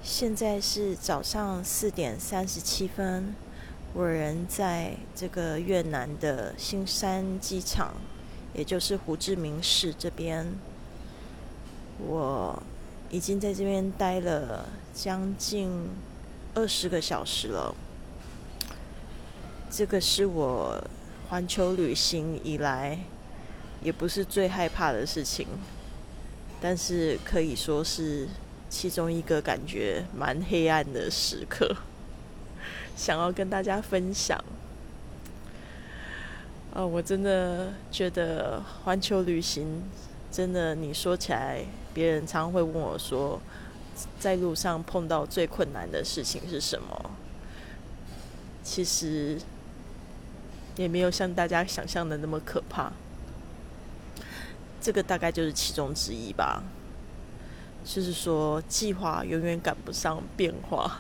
现在是早上4:37，我人在这个越南的新山机场，也就是胡志明市这边。我已经在这边待了将近20个小时了。这个是我环球旅行以来也不是最害怕的事情，但是可以说是其中一个感觉蛮黑暗的时刻，想要跟大家分享。我真的觉得环球旅行真的，你说起来，别人常常会问我说，在路上碰到最困难的事情是什么？其实也没有像大家想象的那么可怕，这个大概就是其中之一吧。就是说，计划永远赶不上变化。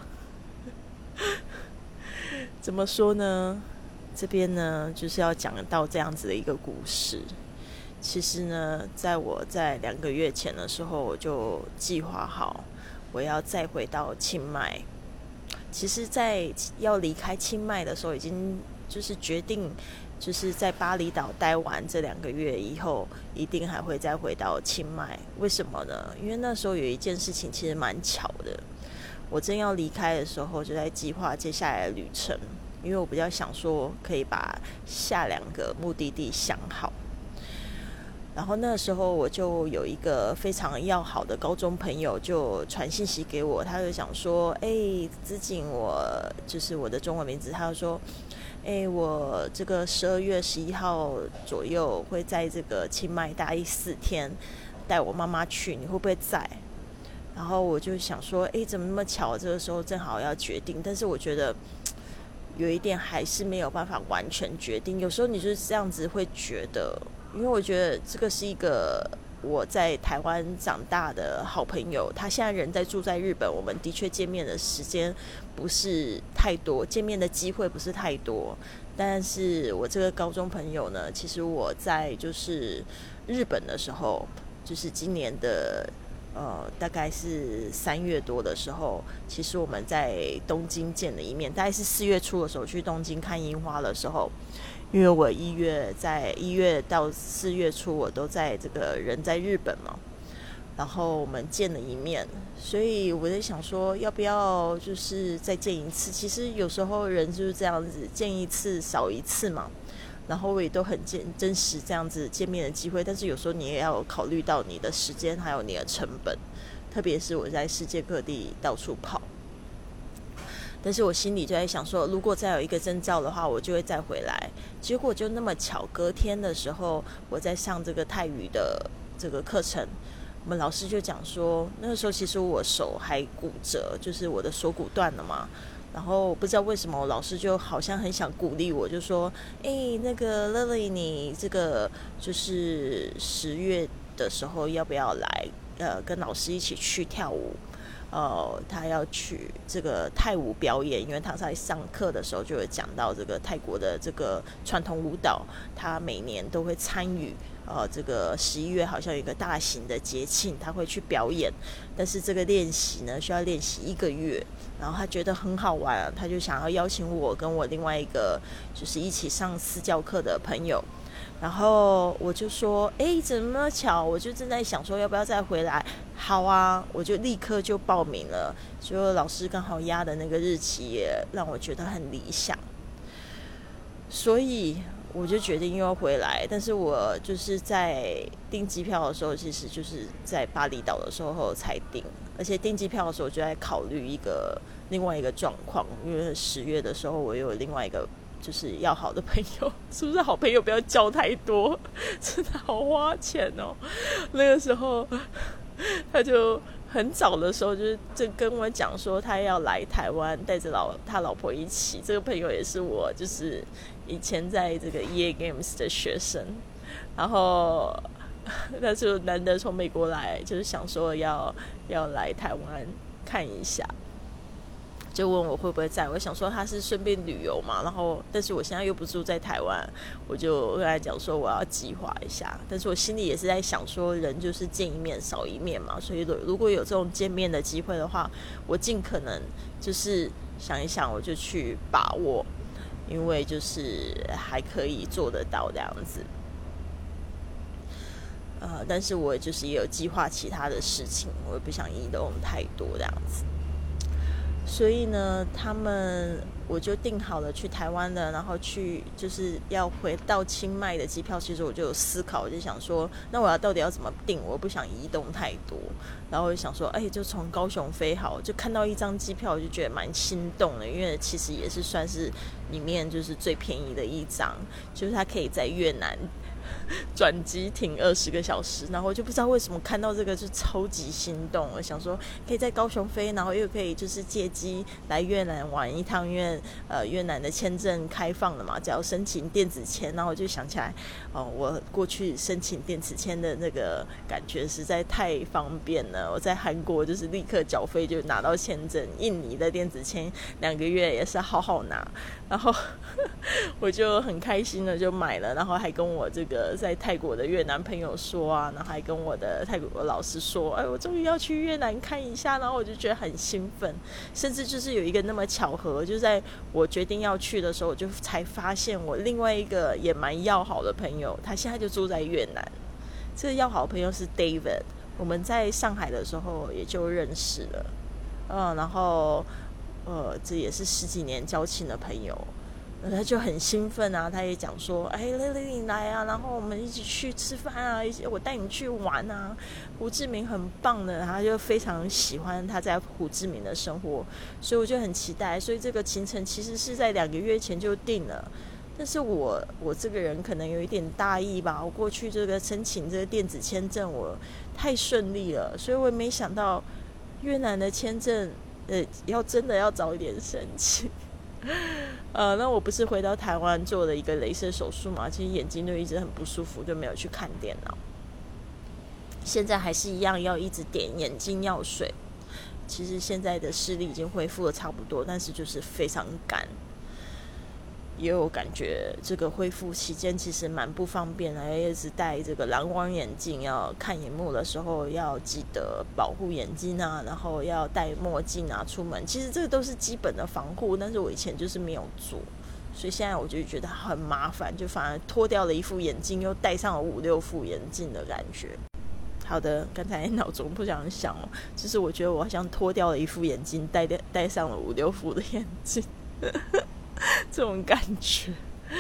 怎么说呢？这边呢，就是要讲到这样子的一个故事。其实呢，在我在2个月前的时候，我就计划好我要再回到清迈。其实在要离开清迈的时候，已经就是决定，就是在巴厘岛待完这2个月以后，一定还会再回到清迈。为什么呢？因为那时候有一件事情其实蛮巧的，我正要离开的时候，就在计划接下来的旅程，因为我比较想说可以把下2个目的地想好。然后那时候我就有一个非常要好的高中朋友就传信息给我，他就想说，资锦，我就是我的中文名字，他就说，我这个12月11号左右会在这个清迈待4天，带我妈妈去，你会不会在？然后我就想说，怎么那么巧，这个时候正好要决定，但是我觉得有一点还是没有办法完全决定。有时候你就是这样子会觉得，因为我觉得这个是一个我在台湾长大的好朋友，他现在人住在日本，我们的确见面的时间不是太多，见面的机会不是太多。但是我这个高中朋友呢，其实我在就是日本的时候，就是今年的大概是3月多的时候，其实我们在东京见了一面，大概是4月初的时候去东京看樱花的时候，因为我1月到4月初我都在这个人在日本嘛，然后我们见了一面，所以我在想说要不要就是再见一次。其实有时候人就是这样子，见一次少一次嘛，然后我也都很珍惜这样子见面的机会，但是有时候你也要考虑到你的时间还有你的成本，特别是我在世界各地到处跑。但是我心里就在想说，如果再有一个证照的话，我就会再回来。结果就那么巧，隔天的时候我在上这个泰语的这个课程，我们老师就讲说，那个时候其实我手还骨折，就是我的锁骨断了嘛。然后不知道为什么，我老师就好像很想鼓励我，就说：“那个 Lily， 你这个就是10月的时候要不要来？跟老师一起去跳舞？他要去这个泰舞表演，因为他在上课的时候就有讲到这个泰国的这个传统舞蹈，他每年都会参与。这个11月好像有一个大型的节庆，他会去表演，但是这个练习呢需要练习1个月，然后他觉得很好玩，他就想要邀请我跟我另外一个就是一起上私教课的朋友，然后我就说，怎么那么巧，我就正在想说要不要再回来。好啊，我就立刻就报名了，就老师刚好压的那个日期也让我觉得很理想，所以我就决定又要回来。但是我就是在订机票的时候，其实就是在巴厘岛的时候才订，而且订机票的时候就在考虑另外一个状况，因为10月的时候我有另外一个就是要好的朋友，是不是好朋友不要叫太多，真的好花钱哦。那个时候他就很早的时候就跟我讲说他要来台湾，带着他老婆一起。这个朋友也是我就是以前在这个 EA Games 的学生，然后他就难得从美国来，就是想说要来台湾看一下。 就问我会不会在，我想说他是顺便旅游嘛，然后但是我现在又不住在台湾，我就跟他讲说我要计划一下，但是我心里也是在想说人就是见一面少一面嘛，所以如果有这种见面的机会的话，我尽可能就是想一想我就去把握，因为就是还可以做得到这样子。但是我就是也有计划其他的事情，我也不想移动太多这样子。所以呢，我就订好了去台湾的，然后去就是要回到清迈的机票。其实我就有思考，我就想说，那我到底要怎么订？我不想移动太多，然后我就想说，就从高雄飞好。就看到一张机票，我就觉得蛮心动的，因为其实也是算是里面就是最便宜的一张，就是它可以在越南转机停20个小时，然后我就不知道为什么看到这个就超级心动。我想说可以在高雄飞，然后又可以就是借机来越南玩一趟，因为越南的签证开放了嘛，只要申请电子签。然后我就想起来我过去申请电子签的那个感觉实在太方便了。我在韩国就是立刻缴费就拿到签证，印尼的电子签2个月也是好拿，然后我就很开心的就买了，然后还跟我这个在泰国的越南朋友说啊，然后还跟我的泰国老师说，我终于要去越南看一下，然后我就觉得很兴奋，甚至就是有一个那么巧合，就在我决定要去的时候，我就才发现我另外一个也蛮要好的朋友，他现在就住在越南。这个要好的朋友是 David， 我们在上海的时候也就认识了，然后这也是10几年交情的朋友。他就很兴奋啊，他也讲说Lily 你来啊，然后我们一起去吃饭啊，我带你去玩啊，胡志明很棒的，他就非常喜欢他在胡志明的生活，所以我就很期待。所以这个行程其实是在2个月前就定了，但是我这个人可能有一点大意吧，我过去这个申请这个电子签证我太顺利了，所以我也没想到越南的签证真的要早一点申请。那我不是回到台湾做了一个雷射手术嘛，其实眼睛就一直很不舒服，就没有去看电脑。现在还是一样要一直点眼睛药水，其实现在的视力已经恢复了差不多，但是就是非常干，也有感觉这个恢复期间其实蛮不方便的，一直戴这个蓝光眼镜，要看荧幕的时候要记得保护眼睛啊，然后要戴墨镜啊出门，其实这个都是基本的防护，但是我以前就是没有做，所以现在我就觉得很麻烦，就反而脱掉了一副眼镜又戴上了5、6副眼镜的感觉。好的，刚才脑中不想想就是我觉得我好像脱掉了一副眼镜，戴上了5、6副的眼镜这种感觉。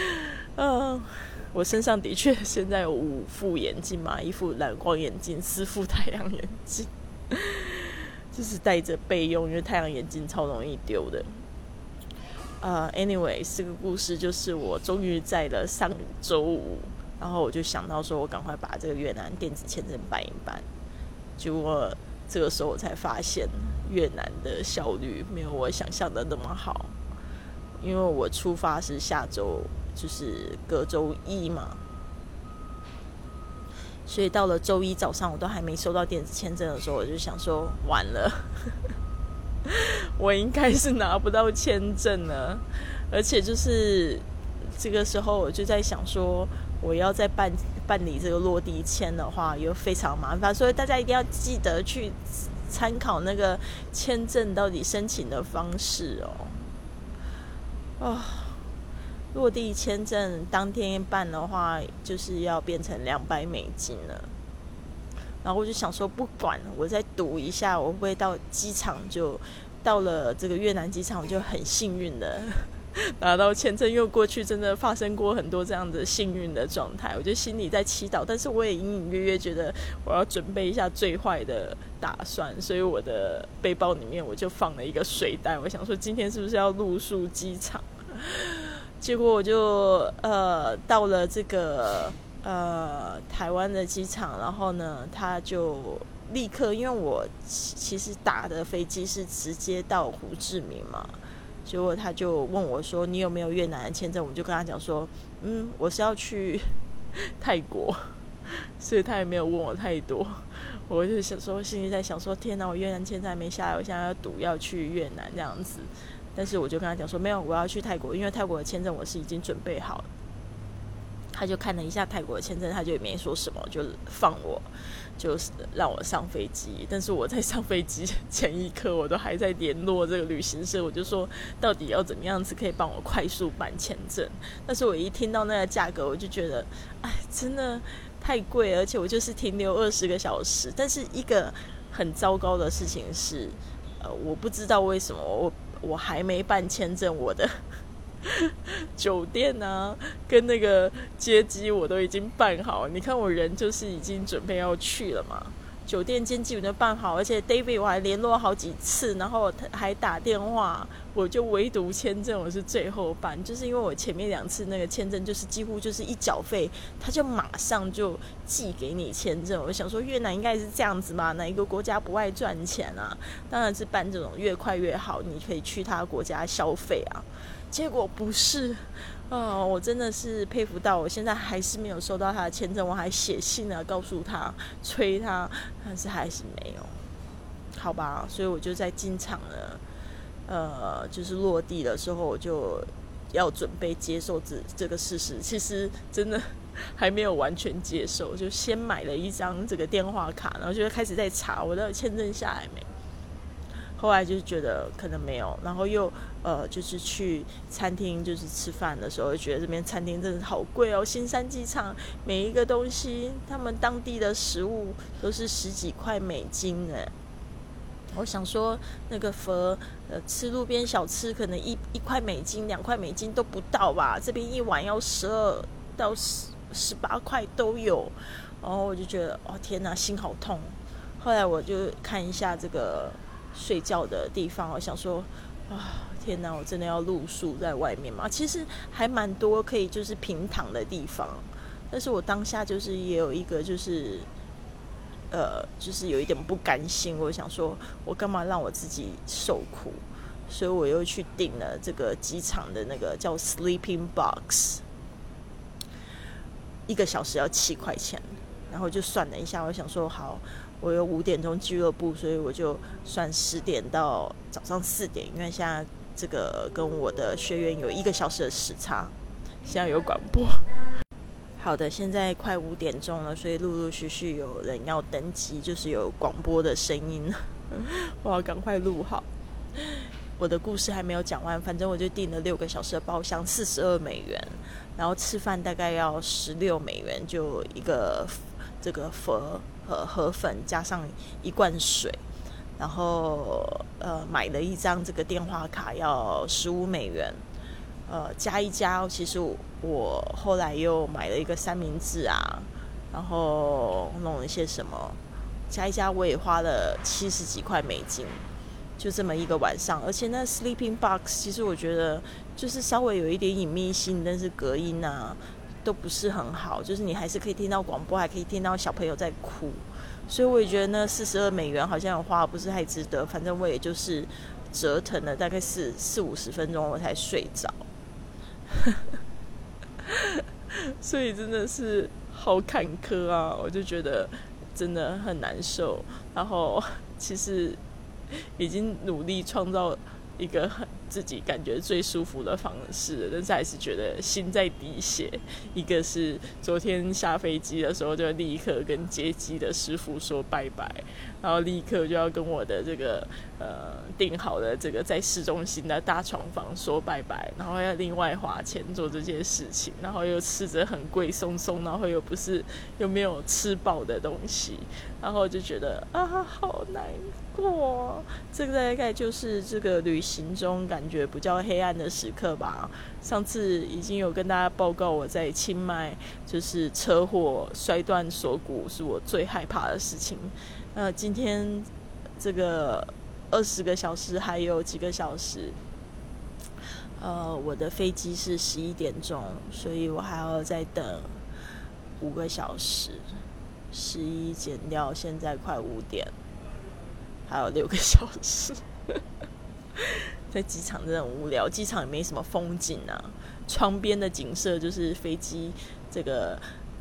我身上的确现在有5副眼镜嘛，一副蓝光眼镜，4副太阳眼镜，就是戴着备用，因为太阳眼镜超容易丢的。Anyway， 这个故事就是我终于在了上周五，然后我就想到说我赶快把这个越南电子签证办一办，结果这个时候我才发现越南的效率没有我想象的那么好，因为我出发是下周，就是隔周一嘛，所以到了周一早上我都还没收到电子签证的时候，我就想说完了我应该是拿不到签证了，而且就是这个时候我就在想说我要再办理这个落地签的话又非常麻烦，所以大家一定要记得去参考那个签证到底申请的方式落地签证当天办的话就是要变成$200了，然后我就想说不管，我再赌一下我会不会到机场，就到了这个越南机场我就很幸运的拿到签证，因为过去真的发生过很多这样的幸运的状态，我就心里在祈祷，但是我也隐隐约约觉得我要准备一下最坏的打算，所以我的背包里面我就放了一个水袋，我想说今天是不是要露宿机场，结果我就到了这个台湾的机场，然后呢他就立刻，因为我其实打的飞机是直接到胡志明嘛，结果他就问我说你有没有越南的签证，我就跟他讲说我是要去泰国，所以他也没有问我太多， 我就心里在想说，天哪，我越南签证还没下来，我现在要赌要去越南这样子。但是我就跟他讲说，没有，我要去泰国，因为泰国的签证我是已经准备好了。他就看了一下泰国的签证，他就也没说什么，就放我，就让我上飞机。但是我在上飞机前一刻，我都还在联络这个旅行社，我就说到底要怎么样子可以帮我快速办签证。但是我一听到那个价格，我就觉得，哎，真的太贵，而且我就是停留20个小时。但是一个很糟糕的事情是，我不知道为什么我还没办签证，我的酒店啊跟那个接机我都已经办好，你看我人就是已经准备要去了嘛，酒店接机我就办好，而且 David 我还联络好几次，然后还打电话，我就唯独签证我是最后办，就是因为我前面2次那个签证就是几乎就是一缴费他就马上就寄给你签证。我想说越南应该是这样子嘛，哪一个国家不爱赚钱啊，当然是办这种越快越好，你可以去他国家消费啊。结果不是我真的是佩服到，我现在还是没有收到他的签证，我还写信了告诉他催他，但是还是没有，好吧，所以我就在进场了，就是落地的时候我就要准备接受这个事实，其实真的还没有完全接受，就先买了一张这个电话卡，然后就开始在查我的签证下来没，后来就是觉得可能没有，然后又就是去餐厅就是吃饭的时候，就觉得这边餐厅真的好贵哦。新山机场每一个东西，他们当地的食物都是10几块美金哎。我想说那个吃路边小吃可能1块美金、2块美金都不到吧，这边一碗要12到18块都有，然后我就觉得天哪，心好痛。后来我就看一下这个睡觉的地方，我想说天哪，我真的要露宿在外面吗？其实还蛮多可以就是平躺的地方，但是我当下就是也有一个就是有一点不甘心，我想说我干嘛让我自己受苦，所以我又去订了这个机场的那个叫 Sleeping Box， 1个小时要7块钱，然后就算了一下，我想说好，我有5点钟俱乐部，所以我就算10点到早上4点，因为现在这个跟我的学员有1个小时的时差，现在有广播。好的，现在快5点钟了，所以陆陆续续有人要登机，就是有广播的声音，我要赶快录好。我的故事还没有讲完，反正我就订了6个小时的包厢，42美元，然后吃饭大概要16美元，就一个这个河粉加上1罐水，然后买了一张这个电话卡要15美元，加一加，其实我后来又买了一个三明治啊，然后弄了一些什么，加一加我也花了70几块美金，就这么一个晚上。而且那 Sleeping Box 其实我觉得就是稍微有一点隐秘性，但是隔音啊都不是很好，就是你还是可以听到广播，还可以听到小朋友在哭，所以我也觉得那42美元好像花不是太值得，反正我也就是折腾了大概40-50分钟我才睡着所以真的是好坎坷啊，我就觉得真的很难受，然后其实已经努力创造一个自己感觉最舒服的方式，但是还是觉得心在滴血。一个是昨天下飞机的时候就立刻跟接机的师傅说拜拜，然后立刻就要跟我的这个订好的这个在市中心的大床房说拜拜，然后要另外花钱做这件事情，然后又吃着很贵松松，然后又没有吃饱的东西，然后就觉得好难过。这个大概就是这个旅行中感觉比较黑暗的时刻吧。上次已经有跟大家报告我在清迈就是车祸摔断锁骨是我最害怕的事情。今天这个20个小时还有几个小时，我的飞机是11点钟，所以我还要再等5个小时，11减掉现在快5点，还有6个小时在机场真的很无聊，机场也没什么风景啊，窗边的景色就是飞机这个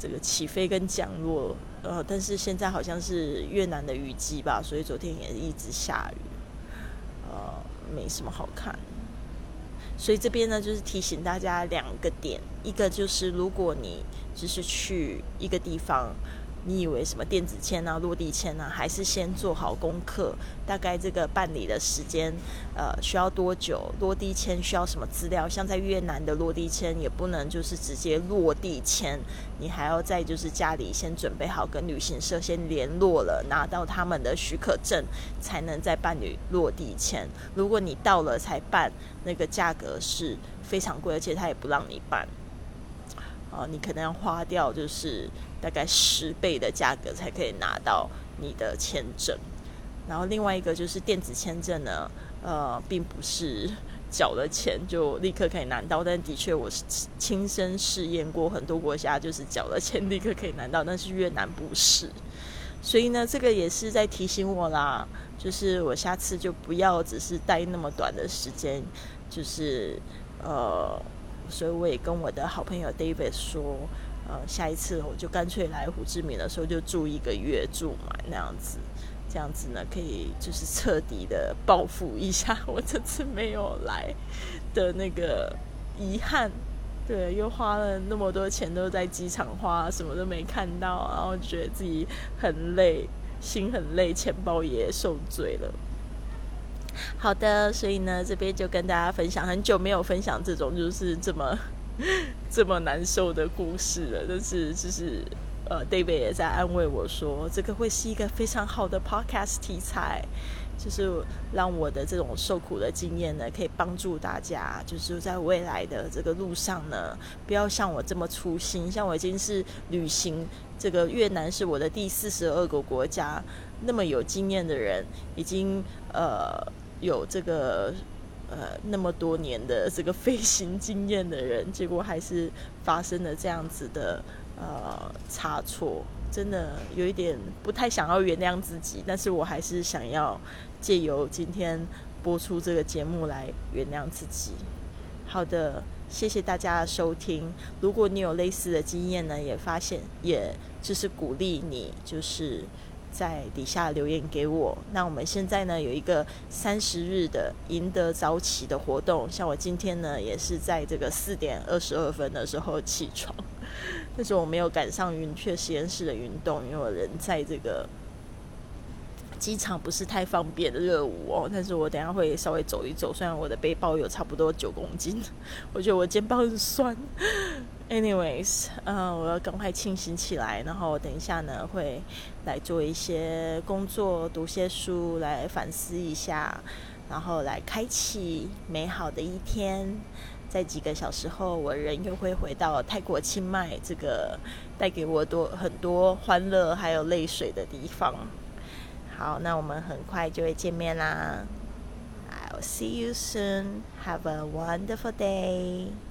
这个起飞跟降落，但是现在好像是越南的雨季吧，所以昨天也一直下雨，没什么好看。所以这边呢，就是提醒大家2个点，一个就是如果你就是去一个地方，你以为什么电子签啊、落地签啊，还是先做好功课，大概这个办理的时间需要多久，落地签需要什么资料，像在越南的落地签也不能就是直接落地签，你还要在就是家里先准备好，跟旅行社先联络了，拿到他们的许可证，才能再办理落地签。如果你到了才办，那个价格是非常贵，而且他也不让你办，你可能要花掉就是大概10倍的价格才可以拿到你的签证。然后另外一个就是电子签证呢，并不是缴了钱就立刻可以拿到，但的确我是亲身试验过很多国家就是缴了钱立刻可以拿到，但是越南不是。所以呢，这个也是在提醒我啦，就是我下次就不要只是待那么短的时间，就是所以我也跟我的好朋友 David 说，下一次我就干脆来胡志明的时候就住1个月住满那样子，这样子呢可以就是彻底的报复一下我这次没有来的那个遗憾。对，又花了那么多钱都在机场花，什么都没看到，然后觉得自己很累，心很累，钱包也受罪了。好的，所以呢这边就跟大家分享，很久没有分享这种就是这么难受的故事了，但是就是David 也在安慰我说，这个会是一个非常好的 podcast 题材，就是让我的这种受苦的经验呢，可以帮助大家，就是在未来的这个路上呢，不要像我这么粗心。像我已经是旅行，这个越南是我的第42个国家，那么有经验的人，已经有这个那么多年的这个飞行经验的人，结果还是发生了这样子的差错，真的有一点不太想要原谅自己，但是我还是想要借由今天播出这个节目来原谅自己。好的，谢谢大家的收听。如果你有类似的经验呢，也发现，也就是鼓励你，就是在底下留言给我。那我们现在呢有一个30日的赢得早起的活动，像我今天呢也是在这个4点22分的时候起床，但是我没有赶上云雀实验室的运动，因为我人在这个机场不是太方便的热舞但是我等一下会稍微走一走，虽然我的背包有差不多9公斤，我觉得我肩膀很酸。Anyways， 我要赶快清醒起来，然后等一下呢会来做一些工作，读些书，来反思一下，然后来开启美好的一天。在几个小时后，我人又会回到泰国清迈这个带给我很多欢乐还有泪水的地方。好，那我们很快就会见面啦。I'll see you soon. Have a wonderful day.